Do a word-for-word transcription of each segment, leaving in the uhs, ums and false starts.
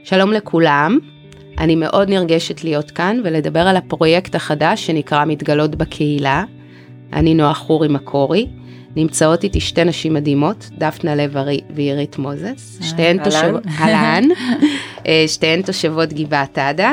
שלום לכולם, אני מאוד נרגשת להיות כאן ולדבר על הפרויקט החדש שנקרא מתגלות בקהילה. אני נועה חורי מקורי, נמצאות איתי שתי נשים מדהימות, דפנה לב-ארי ועירית מוזס, שתיהן תושבות, הלן, שתיהן תושבות גבעת עדה.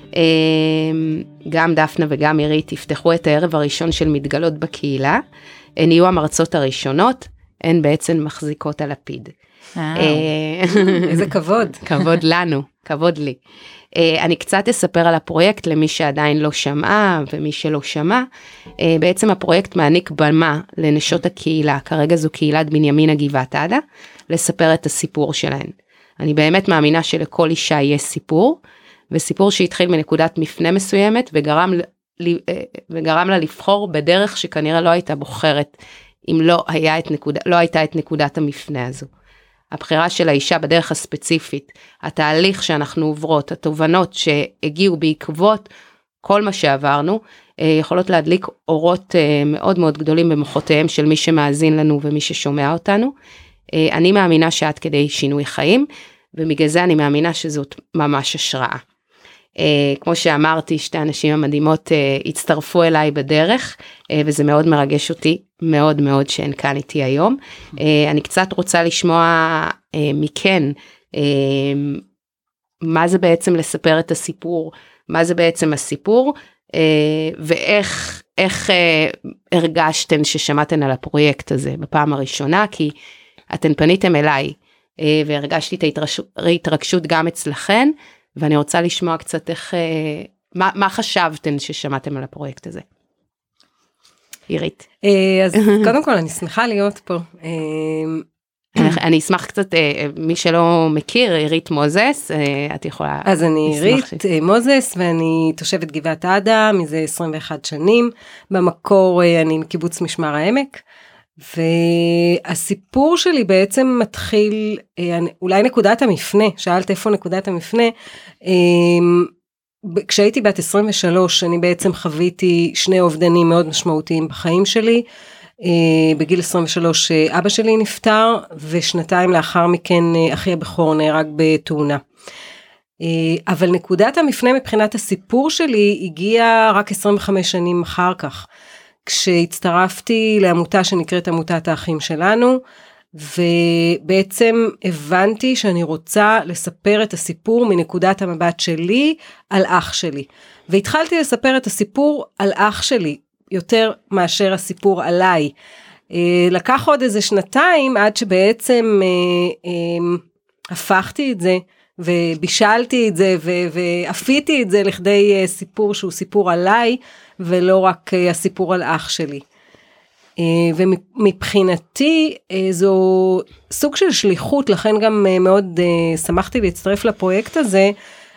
גם דפנה וגם עירית יפתחו את הערב הראשון של מתגלות בקהילה, הן יהיו המרצות הראשונות, הן בעצם מחזיקות על הפיד. איזה כבוד. כבוד לנו, כבוד לי. אני קצת אספר על הפרויקט למי שעדיין לא שמעה ומי שלא שמע. בעצם הפרויקט מעניק במה לנשות הקהילה, כרגע זו קהילת בנימינה גבעת עדה, לספר את הסיפור שלהן. אני באמת מאמינה שלכל אישה יש סיפור, וסיפור שהתחיל מנקודת מפנה מסוימת וגרם, וגרם לה לבחור בדרך שכנראה לא הייתה בוחרת, אם לא, היה את נקודה, לא הייתה את נקודת המפנה הזו. הבחירה של האישה בדרך הספציפית, התהליך שאנחנו עוברות, התובנות שהגיעו בעקבות כל מה שעברנו, יכולות להדליק אורות מאוד מאוד גדולים במוחותיהם של מי שמאזין לנו ומי ששומע אותנו. אני מאמינה שעד כדי שינוי חיים, ובגלל זה אני מאמינה שזאת ממש השראה. כמו שאמרתי, שתי הנשים המדהימות הצטרפו אליי בדרך, וזה מאוד מרגש אותי, מאוד מאוד שהן כאן איתי היום. אני קצת רוצה לשמוע מכן, מה זה בעצם לספר את הסיפור, מה זה בעצם הסיפור, ואיך איך הרגשתן ששמעתן על הפרויקט הזה בפעם הראשונה, כי אתן פניתם אליי, והרגשתי את ההתרגשות גם אצלכן, ואני רוצה לשמוע קצת איך, מה, מה חשבתן ששמעתם על הפרויקט הזה? עירית. אז קודם כל אני שמחה להיות פה. אני, אני אשמח קצת, מי שלא מכיר, עירית מוזס, את יכולה... אז אני עירית מוזס, ואני תושבת גבעת עדה מזה עשרים ואחת שנים. במקור אני מקיבוץ משמר העמק. והסיפור שלי בעצם מתחיל, אולי נקודת המפנה, שאלת איפה נקודת המפנה, כשהייתי בת עשרים ושלוש, אני בעצם חוויתי שני אובדנים מאוד משמעותיים בחיים שלי, בגיל עשרים ושלוש אבא שלי נפטר, ושנתיים לאחר מכן אחי הבכור נהרג בתאונה. אבל נקודת המפנה מבחינת הסיפור שלי, הגיעה רק עשרים וחמש שנים אחר כך, כשהצטרפתי לעמותה שנקראת עמותת האחים שלנו, ובעצם הבנתי שאני רוצה לספר את הסיפור מנקודת המבט שלי על אח שלי. והתחלתי לספר את הסיפור על אח שלי, יותר מאשר הסיפור עליי. לקח עוד איזה שנתיים עד שבעצם הפכתי את זה, ובישלתי את זה, ואפיתי את זה לכדי סיפור שהוא סיפור עליי, ולא רק הסיפור על אח שלי. ומבחינתי זו סוג של שליחות, לכן גם מאוד שמחתי להצטרף לפרויקט הזה,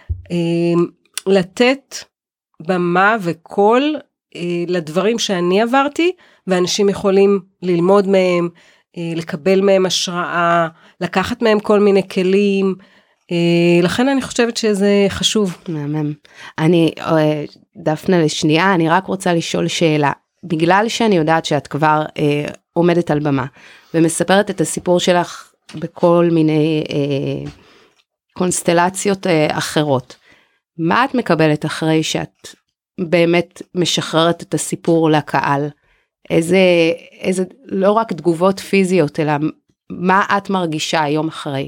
לתת במה וקול לדברים שאני עברתי, ואנשים יכולים ללמוד מהם, לקבל מהם השראה, לקחת מהם כל מיני כלים, לכן אני חושבת שזה חשוב. מהמם. אני, דפנה לשנייה, אני רק רוצה לשאול שאלה. בגלל שאני יודעת שאת כבר אה, עומדת על במה, ומספרת את הסיפור שלך בכל מיני אה, קונסטלציות אה, אחרות, מה את מקבלת אחרי שאת באמת משחררת את הסיפור לקהל? איזה, איזה, לא רק תגובות פיזיות, אלא מה את מרגישה היום אחרי?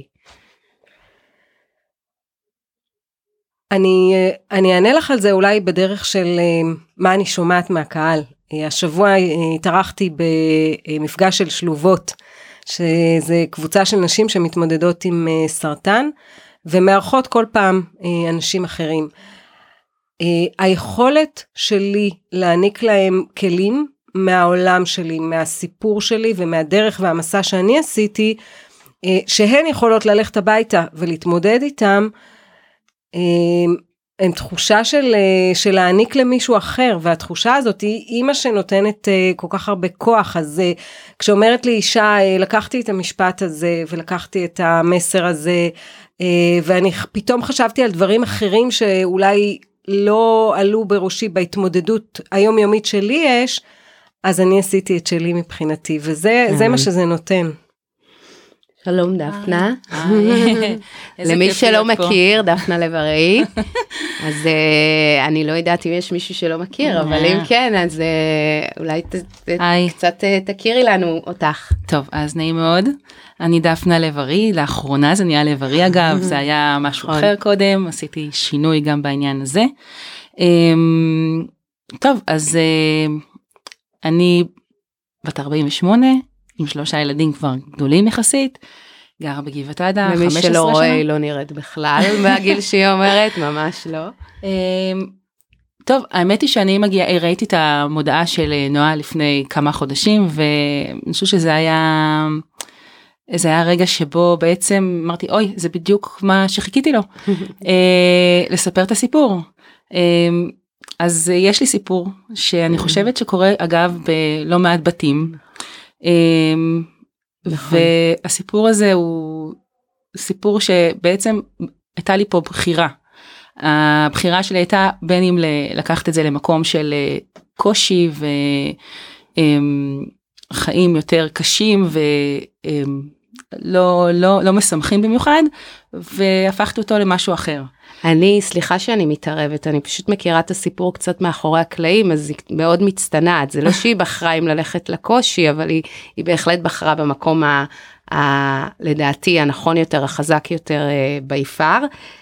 אני, אני אענה לך על זה אולי בדרך של מה אני שומעת מהקהל. השבוע התארחתי במפגש של שלובות, שזה קבוצה של נשים שמתמודדות עם סרטן, ומארחות כל פעם אנשים אחרים. היכולת שלי להעניק להם כלים מהעולם שלי, מהסיפור שלי ומהדרך והמסע שאני עשיתי, שהן יכולות ללכת הביתה ולהתמודד איתם, הם תחושה של, של להעניק למישהו אחר, והתחושה הזאת היא אימא שנותנת כל כך הרבה כוח. אז כשאומרת לי אישה, לקחתי את המשפט הזה, ולקחתי את המסר הזה, ואני פתאום חשבתי על דברים אחרים, שאולי לא עלו בראשי בהתמודדות היומיומית שלי יש, אז אני עשיתי את שלי מבחינתי, וזה זה מה שזה נותן. שלום דפנה, למי שלא מכיר, דפנה לב-ארי, אז אני לא יודעת אם יש מישהו שלא מכיר, אבל אם כן, אז אולי קצת תכירי לנו אותך. טוב, אז נעים מאוד, אני דפנה לב-ארי, לאחרונה זה נהיה לב-ארי אגב, זה היה משהו אחר קודם, עשיתי שינוי גם בעניין הזה. טוב, אז אני בת ארבעים ושמונה, עם שלושה ילדים כבר גדולים יחסית, גרה בגבעת עדה, חמש עשרה שנה. ומי שלא רואה היא לא נראית בכלל, מהגיל שהיא אומרת, ממש לא. טוב, האמת היא שאני מגיעה, ראיתי את המודעה של נועה לפני כמה חודשים, ואני חושב שזה היה, זה היה רגע שבו בעצם אמרתי, אוי, זה בדיוק מה שחיכיתי לו, לספר את הסיפור. אז יש לי סיפור, שאני חושבת שקורה אגב בלא מעט בתים, והסיפור הזה הוא סיפור שבעצם הייתה לי פה בחירה. הבחירה שלי הייתה בין אם לקחת את זה למקום של קושי וחיים יותר קשים ולא לא, לא משמחים במיוחד, והפכתי אותו למשהו אחר. אני, סליחה שאני מתערבת, אני פשוט מכירה את הסיפור קצת מאחורי הקלעים, אז היא מאוד מצטנעת, זה לא שהיא בחרה אם ללכת לקושי, אבל היא, היא בהחלט בחרה במקום ה, ה, לדעתי הנכון יותר, החזק יותר ביפר.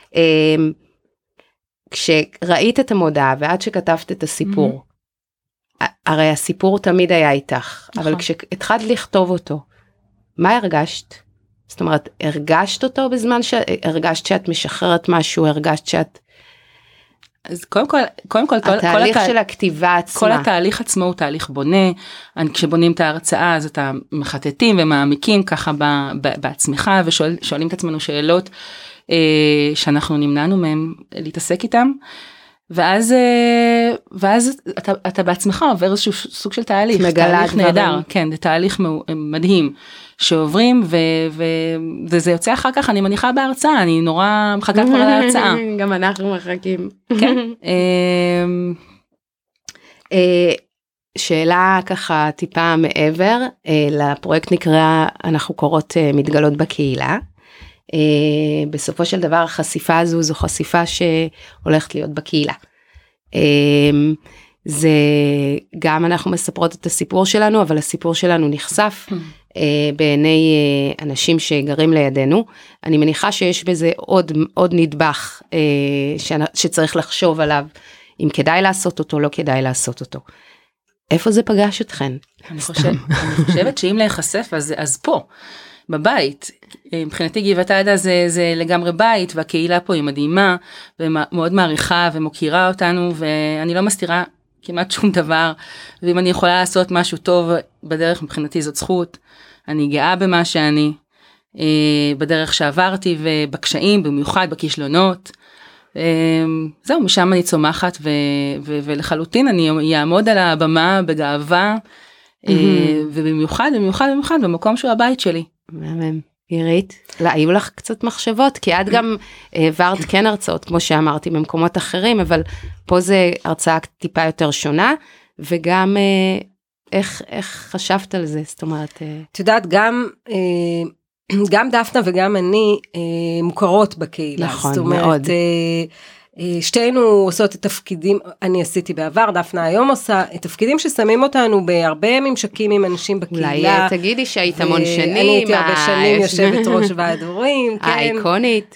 כשראית את המודעה ועד שכתבת את הסיפור, mm-hmm. הרי הסיפור תמיד היה איתך, נכון. אבל כשהתחלת לכתוב אותו, מה הרגשת? זאת אומרת, הרגשת אותו בזמן שהרגשת שאת משחררת משהו, הרגשת שאת... אז קודם כל, קודם כל, התהליך כל של הכתיבה עצמה. כל התהליך עצמו הוא תהליך בונה, כשבונים את ההרצאה, אז אתה מחטטים ומעמיקים ככה ב, ב, בעצמך, ושואלים את עצמנו שאלות אה, שאנחנו נמנענו מהם להתעסק איתם, ואז, אה, ואז אתה, אתה בעצמך עובר איזשהו סוג של תהליך, תהליך נהדר, כן, זה תהליך מדהים. שעוברים, ו- ו- וזה יוצא אחר כך, אני מניחה בהרצאה, אני נורא מחכה כבר על ההרצאה. גם אנחנו מחכים. כן. שאלה ככה טיפה מעבר, לפרויקט נקרא, אנחנו קוראות מתגלות בקהילה. בסופו של דבר, החשיפה הזו, זו חשיפה שהולכת להיות בקהילה. זה גם אנחנו מספרות את הסיפור שלנו, אבל הסיפור שלנו נחשף בעיני אנשים שגרים לידינו. אני מניחה שיש בזה עוד, עוד נדבך שצריך לחשוב עליו, אם כדאי לעשות אותו, לא כדאי לעשות אותו. איפה זה פגש אתכן? אני חושבת, אני חושבת שאם להיחשף, אז, אז פה, בבית. מבחינתי גבעת עדה זה, זה לגמרי בית, והקהילה פה היא מדהימה, ומאוד מעריכה ומוקירה אותנו, ואני לא מסתירה כמעט שום דבר, ואם אני יכולה לעשות משהו טוב בדרך, מבחינתי זאת זכות. אני גאה במה שאני, בדרך שעברתי, ובקשיים, במיוחד בכישלונות. זהו, משם אני צומחת, ו- ו- ולחלוטין אני אעמוד על הבמה בגאווה, ובמיוחד, במיוחד, במיוחד, במקום שהוא הבית שלי. מהמם. עירית, לא, היו לך קצת מחשבות, כי את גם העברת כן הרצאות, כמו שאמרתי, במקומות אחרים, אבל פה זה הרצאה טיפה יותר שונה, וגם איך, איך חשבת על זה? זאת אומרת... את יודעת, גם, גם דפנה וגם אני מוכרות בקהילה. נכון, זאת אומרת, מאוד. שתינו עושות את תפקידים, אני עשיתי בעבר, דפנה היום עושה, את תפקידים ששמים אותנו בהרבה ממשקים עם אנשים בקהילה. אולי תגידי שהיית המון שנים. אני הייתי הרבה שנים יושבת ראש ועד הורים. האיקונית.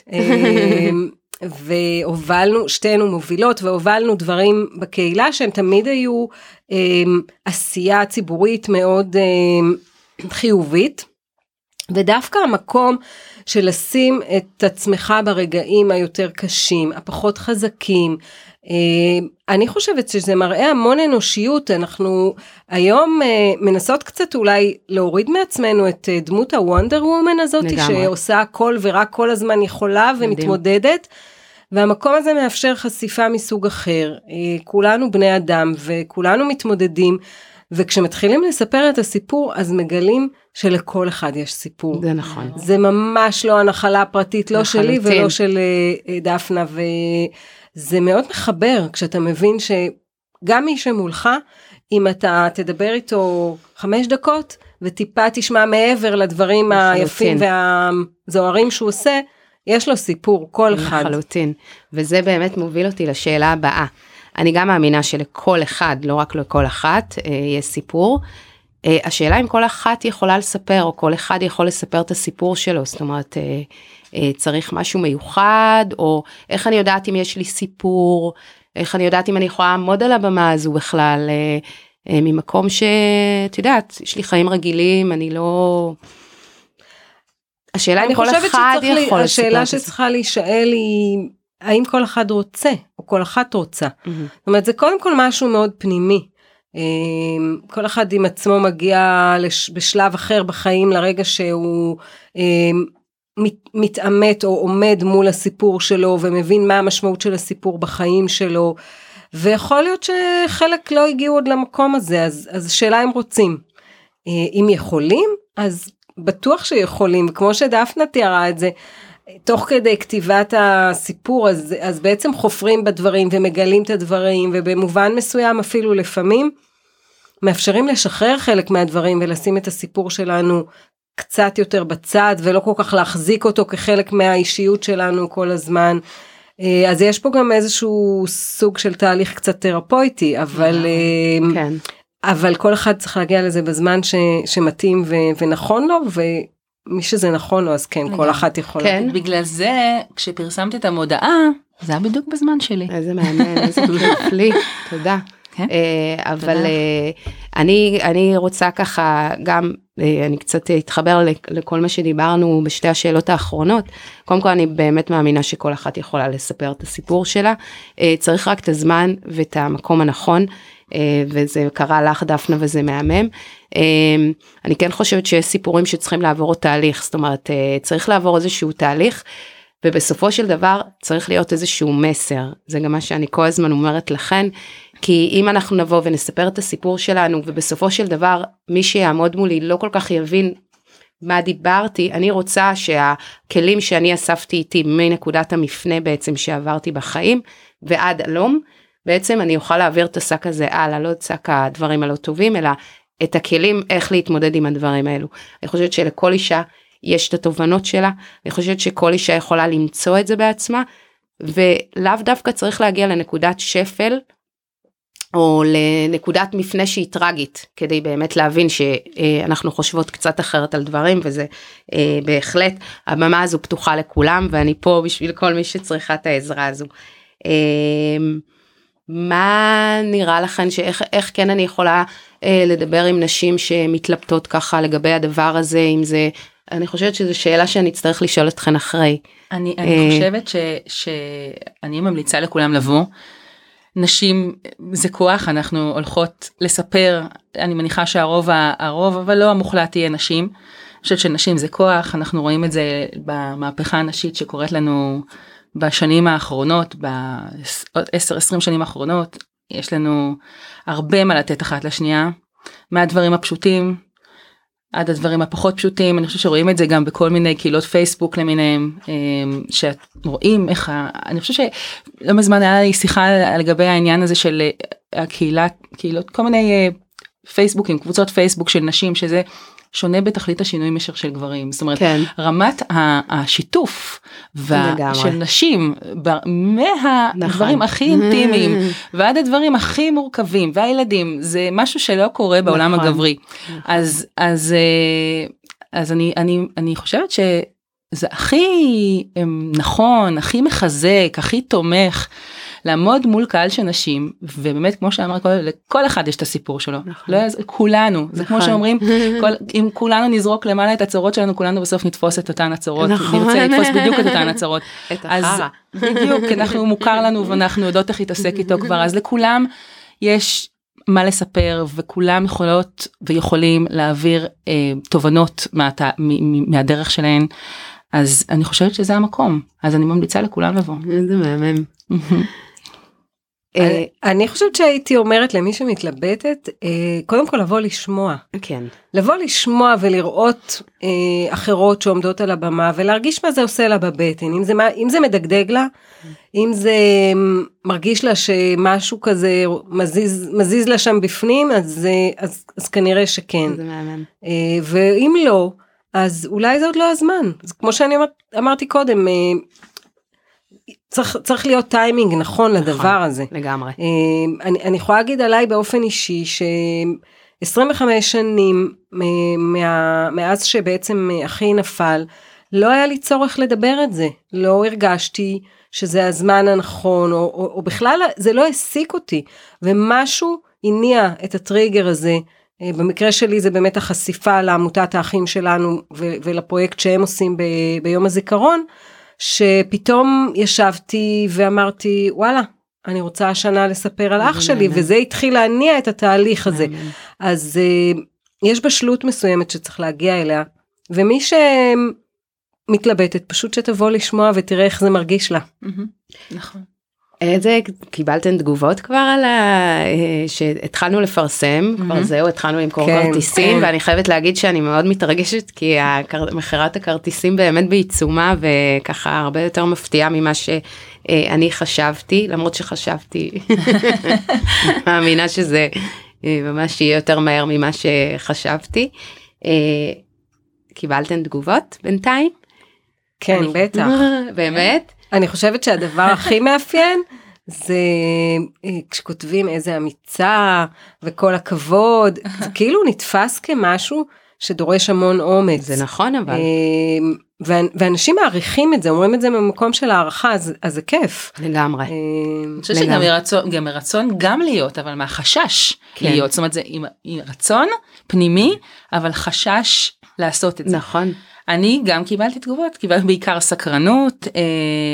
והובלנו, שתינו מובילות, והובלנו דברים בקהילה שהם תמיד היו עשייה ציבורית מאוד חיובית, ודווקא המקום של לשים את עצמך ברגעים היותר קשים, הפחות חזקים, אני חושבת שזה מראה המון אנושיות. אנחנו היום מנסות קצת אולי להוריד מעצמנו את דמות הוונדר וומן הזאת, לגמרי. שעושה הכל ורק כל הזמן יכולה ומתמודדת, והמקום הזה מאפשר חשיפה מסוג אחר. כולנו בני אדם וכולנו מתמודדים, וכשמתחילים לספר את הסיפור, אז מגלים שלכל אחד יש סיפור. זה נכון. זה ממש לא הנחלה הפרטית, לא שלי ולא של דפנה, וזה מאוד מחבר, כשאתה מבין שגם מי שמולך, אם אתה תדבר איתו חמש דקות, וטיפה תשמע מעבר לדברים היפים והזוהרים שהוא עושה, יש לו סיפור, כל אחד. לחלוטין, וזה באמת מוביל אותי לשאלה הבאה. אני גם מאמינה שלכל אחד, לא רק לכל אחת, יש סיפור. השאלה אם כל אחת יכולה לספר, או כל אחד יכול לספר את הסיפור שלו, זאת אומרת, צריך משהו מיוחד, או איך אני יודעת אם יש לי סיפור, איך אני יודעת אם אני יכולה לעמוד על הבמה הזו בכלל, ממקום שאת יודעת, יש לי חיים רגילים, אני לא... השאלה אם כל אחד יכול לספר. השאלה שצריכה להישאל היא, האם כל אחד רוצה, או כל אחת רוצה. זאת אומרת, זה קודם כל משהו מאוד פנימי. כל אחד עם עצמו מגיע בשלב אחר בחיים, לרגע שהוא מתאמת או עומד מול הסיפור שלו, ומבין מה המשמעות של הסיפור בחיים שלו, ויכול להיות שחלק לא הגיעו עוד למקום הזה, אז, אז שאלה אם רוצים. אם יכולים, אז בטוח שיכולים, וכמו שדפנה תיארה את זה, תוך כדי כתיבת הסיפור, אז, אז בעצם חופרים בדברים, ומגלים את הדברים, ובמובן מסוים אפילו לפעמים, מאפשרים לשחרר חלק מהדברים, ולשים את הסיפור שלנו קצת יותר בצד, ולא כל כך להחזיק אותו כחלק מהאישיות שלנו כל הזמן. אז יש פה גם איזשהו סוג של תהליך קצת תרפויטי, אבל, כן. אבל כל אחד צריך להגיע לזה בזמן ש, שמתאים ו, ונכון לו, ומי שזה נכון לו, אז כן, כל אחת יכולה. כן. בגלל זה, כשפרסמתי את המודעה, זה היה בדיוק בזמן שלי. איזה מעניין, איזה כיף לי, תודה. אבל אני, אני רוצה ככה גם, אני קצת אתחבר לכל מה שדיברנו בשתי השאלות האחרונות. קודם כל אני באמת מאמינה שכל אחת יכולה לספר את הסיפור שלה, צריך רק את הזמן ואת המקום הנכון, וזה קרה לך דפנה וזה מהמם. אני כן חושבת שיש סיפורים שצריכים לעבור תהליך, זאת אומרת צריך לעבור איזשהו תהליך, ובסופו של דבר צריך להיות איזשהו מסר, זה גם מה שאני כל הזמן אומרת לכן, כי אם אנחנו נבוא ונספר את הסיפור שלנו, ובסופו של דבר מי שיעמוד מולי לא כל כך יבין מה דיברתי, אני רוצה שהכלים שאני אספתי איתי מנקודת המפנה בעצם שעברתי בחיים, ועד הלום, בעצם אני אוכל להעביר את השק הזה הלאה, לא את שק הדברים הלא טובים, אלא את הכלים איך להתמודד עם הדברים האלו. אני חושבת שלכל אישה יש את התובנות שלה, אני חושבת שכל אישה יכולה למצוא את זה בעצמה, ולאו דווקא צריך להגיע לנקודת שפל, או לנקודת מפנה שהיא טרגית, כדי באמת להבין שאנחנו חושבות קצת אחרת על דברים, וזה בהחלט, הבמה הזו פתוחה לכולם, ואני פה בשביל כל מי שצריכה את העזרה הזו. מה נראה לכם, שאיך, איך כן אני יכולה לדבר עם נשים שמתלבטות ככה לגבי הדבר הזה, אם זה, אני חושבת שזו שאלה שאני אצטרך לשאול אתכן אחרי. אני, אני חושבת ש, שאני ממליצה לכולם לבוא, נשים זה כוח, אנחנו הולכות לספר, אני מניחה שהרוב, הרוב, אבל לא המוחלט יהיה נשים, אני חושבת שנשים זה כוח, אנחנו רואים את זה במהפכה הנשית שקורית לנו בשנים האחרונות, ב-עשר עשרים שנים האחרונות, יש לנו הרבה מה לתת אחת לשנייה, מהדברים הפשוטים, עד הדברים הפחות פשוטים, אני חושבת שרואים את זה גם בכל מיני קהילות פייסבוק למיניהם, שרואים איך, אני חושבת שלא מזמן היה לי שיחה לגבי העניין הזה של הקהילה, קהילות, כל מיני פייסבוקים, קבוצות פייסבוק של נשים, שזה שונה בתכלית השינוי משך של גברים, זאת אומרת, כן. רמת השיתוף של נשים, מהדברים הכי אינטימיים, ועד הדברים הכי מורכבים, והילדים, זה משהו שלא קורה בעולם נכון. הגברי. נכון. אז, אז, אז אני, אני, אני חושבת שזה הכי נכון, הכי מחזק, הכי תומך, לעמוד מול קהל של נשים, ובאמת כמו שאמר, לכל אחד יש את הסיפור שלו, נכון. לא, כולנו, נכון. זה כמו שאומרים, כל, אם כולנו נזרוק למעלה את הצורות שלנו, כולנו בסוף נתפוס את אותן הצורות, נכון. נרצה לתפוס בדיוק את אותן הצורות. את החרה. בדיוק, אנחנו מוכר לנו, ואנחנו יודעות איך להתעסק איתו כבר, אז לכולם יש מה לספר, וכולם יכולות ויכולים להעביר אה, תובנות מה, מ, מהדרך שלהן, אז אני חושבת שזה המקום, אז אני ממליצה לכולם לבוא. זה מהמם. אני, אני חושבת שהייתי אומרת למי שמתלבטת, קודם כל לבוא לשמוע. כן. לבוא לשמוע ולראות אחרות שעומדות על הבמה, ולהרגיש מה זה עושה לה בבטן, אם זה, אם זה מדגדג לה, אם זה מרגיש לה שמשהו כזה מזיז, מזיז לה שם בפנים, אז, אז, אז כנראה שכן. זה מאמן. ואם לא, אז אולי זה עוד לא הזמן. אז כמו שאני אמר, אמרתי קודם, צריך, צריך להיות טיימינג נכון, נכון לדבר הזה. לגמרי. אני, אני יכולה להגיד עליי באופן אישי, ש-עשרים וחמש שנים מה, מאז שבעצם אחי נפל, לא היה לי צורך לדבר את זה. לא הרגשתי שזה הזמן הנכון, או, או, או בכלל זה לא העסיק אותי. ומשהו הניע את הטריגר הזה, במקרה שלי זה באמת החשיפה לעמותת האחים שלנו, ו- ולפרויקט שהם עושים ב- ביום הזיכרון, שפתאום ישבתי ואמרתי, וואלה, אני רוצה השנה לספר על אח שלי, וזה התחיל להניע את התהליך הזה. אז יש בשלות מסוימת שצריך להגיע אליה, ומי שמתלבטת, פשוט שתבוא לשמוע ותראה איך זה מרגיש לה. נכון. איזה, קיבלתם תגובות כבר על ה... שהתחלנו לפרסם, כבר זהו, התחלנו למכור כרטיסים, ואני חייבת להגיד שאני מאוד מתרגשת, כי מחירת הכרטיסים באמת בעיצומה, וככה הרבה יותר מפתיעה ממה שאני חשבתי, למרות שחשבתי, מאמינה שזה ממש יהיה יותר מהר ממה שחשבתי. קיבלתם תגובות בינתיים? כן, בטח. באמת? אני חושבת שהדבר הכי מאפיין, זה כשכותבים איזה אמיצה, וכל הכבוד, זה כאילו נתפס כמשהו שדורש המון אומץ. זה נכון אבל. ואנשים מעריכים את זה, אומרים את זה ממקום של הערכה, אז זה כיף. לגמרי. אני חושבת שגם מרצון גם להיות, אבל מהחשש להיות, זאת אומרת זה עם רצון פנימי, אבל חשש לעשות את זה. נכון. אני גם קיבלתי תגובות, קיבלתי בעיקר סקרנות, אה,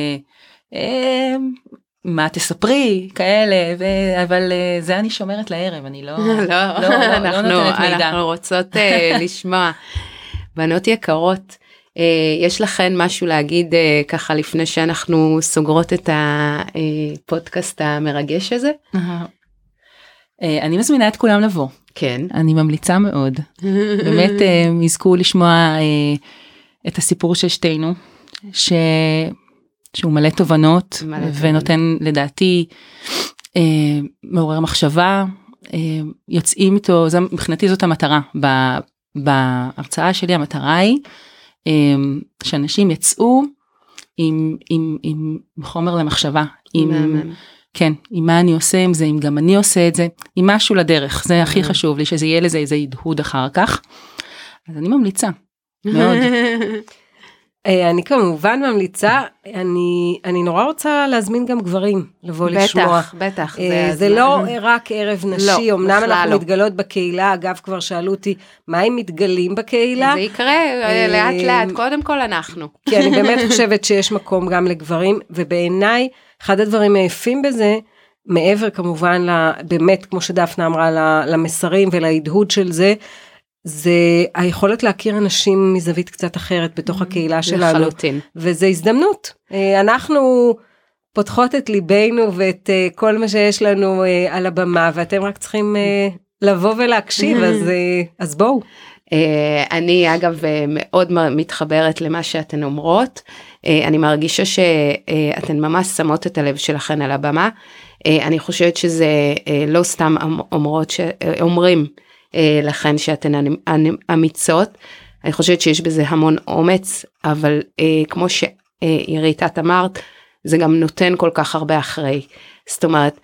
אה, מה תספרי, כאלה, ו, אבל אה, זה אני שומרת לערב, אני לא, לא, לא, לא, אנחנו, לא נותנת מידע. אנחנו רוצות אה, לשמוע. בנות יקרות, אה, יש לכן משהו להגיד אה, ככה לפני שאנחנו סוגרות את הפודקאסט המרגש הזה? אה, אני מזמינה את כולם לבוא. כן. אני ממליצה מאוד. באמת יזכו לשמוע את הסיפור של שתינו, ש... שהוא מלא תובנות, מלא ונותן תובנות. לדעתי מעורר מחשבה, יוצאים איתו, זה, מבחינתי זאת המטרה, ב... בהרצאה שלי המטרה היא, שאנשים יצאו עם, עם, עם חומר למחשבה, עם... כן, עם מה אני עושה עם זה, אם גם אני עושה את זה, עם משהו לדרך, זה הכי חשוב לי, שזה יהיה לזה איזה הדהוד אחר כך, אז אני ממליצה, מאוד. אני כמובן ממליצה, אני, אני נורא רוצה להזמין גם גברים, לבוא לשמוע. בטח, בטח. זה לא רק ערב נשי, אמנם אנחנו מתגלות בקהילה, אגב כבר שאלו אותי, מה הם מתגלים בקהילה? זה יקרה לאט לאט, קודם כל אנחנו. כי אני באמת חושבת שיש מקום גם לגברים, ובעיניי, אחד הדברים היפים בזה, מעבר כמובן, באמת, כמו שדפנה אמרה, למסרים ולהדהוד של זה, זה היכולת להכיר אנשים מזווית קצת אחרת בתוך הקהילה שלנו. לחלוטין. וזה הזדמנות. אנחנו פותחות את ליבנו ואת כל מה שיש לנו על הבמה, ואתם רק צריכים לבוא ולהקשיב, אז, אז בואו. אני אגב מאוד מתחברת למה שאתן אומרות, אני מרגישה שאתן ממש שמות את הלב שלכן על הבמה, אני חושבת שזה לא סתם אומרות שאומרים לכן שאתן אמיצות, אני חושבת שיש בזה המון אומץ, אבל כמו שירית את אמרת, זה גם נותן כל כך הרבה אחרי, זאת אומרת,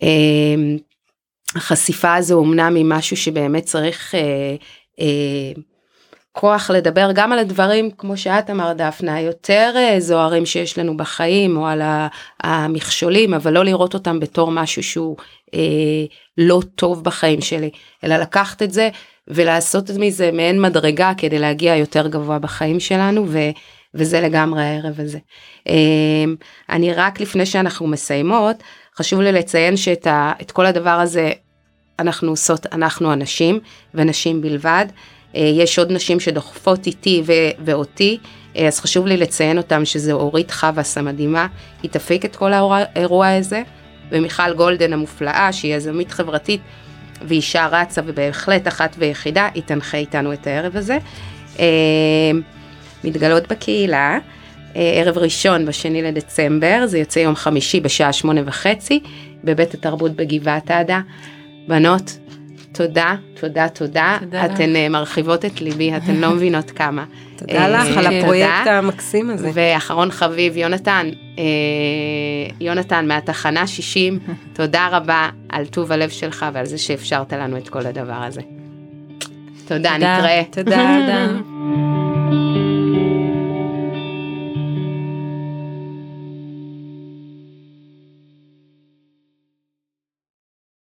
החשיפה הזו אומנם היא משהו שבאמת צריך אה, כוח לדבר גם על הדברים, כמו שאת אמר דפנה, יותר אה, זוהרים שיש לנו בחיים, או על המכשולים, אבל לא לראות אותם בתור משהו שהוא אה, לא טוב בחיים שלי, אלא לקחת את זה, ולעשות את מזה מעין מדרגה, כדי להגיע יותר גבוה בחיים שלנו, ו, וזה לגמרי הערב הזה. אה, אני רק לפני שאנחנו מסיימות, חשוב לי לציין שאת ה, את כל הדבר הזה, אנחנו עושות, אנחנו אנשים, ונשים בלבד, יש עוד נשים שדוחפות איתי ו- ואותי, אז חשוב לי לציין אותם שזה אורית חווס המדהימה, היא תפיק את כל האירוע הזה, ומיכל גולדן המופלאה, שהיא יזמית חברתית, ואישה רצה, ובהחלט אחת ויחידה, היא תנחה איתנו את הערב הזה. מתגלות בקהילה, ערב ראשון בשני לדצמבר, זה יוצא יום חמישי בשעה שמונה וחצי, בבית התרבות בגבעת עדה. בנות, תודה, תודה, תודה. אתן מרחיבות את ליבי, אתן לא מבינות כמה. תודה לך על הפרויקט המקסים הזה. ואחרון חביב, יונתן, יונתן מהתחנה שישים, תודה רבה על טוב הלב שלך ועל זה שאפשרת לנו את כל הדבר הזה. תודה, נתראה. תודה, תודה.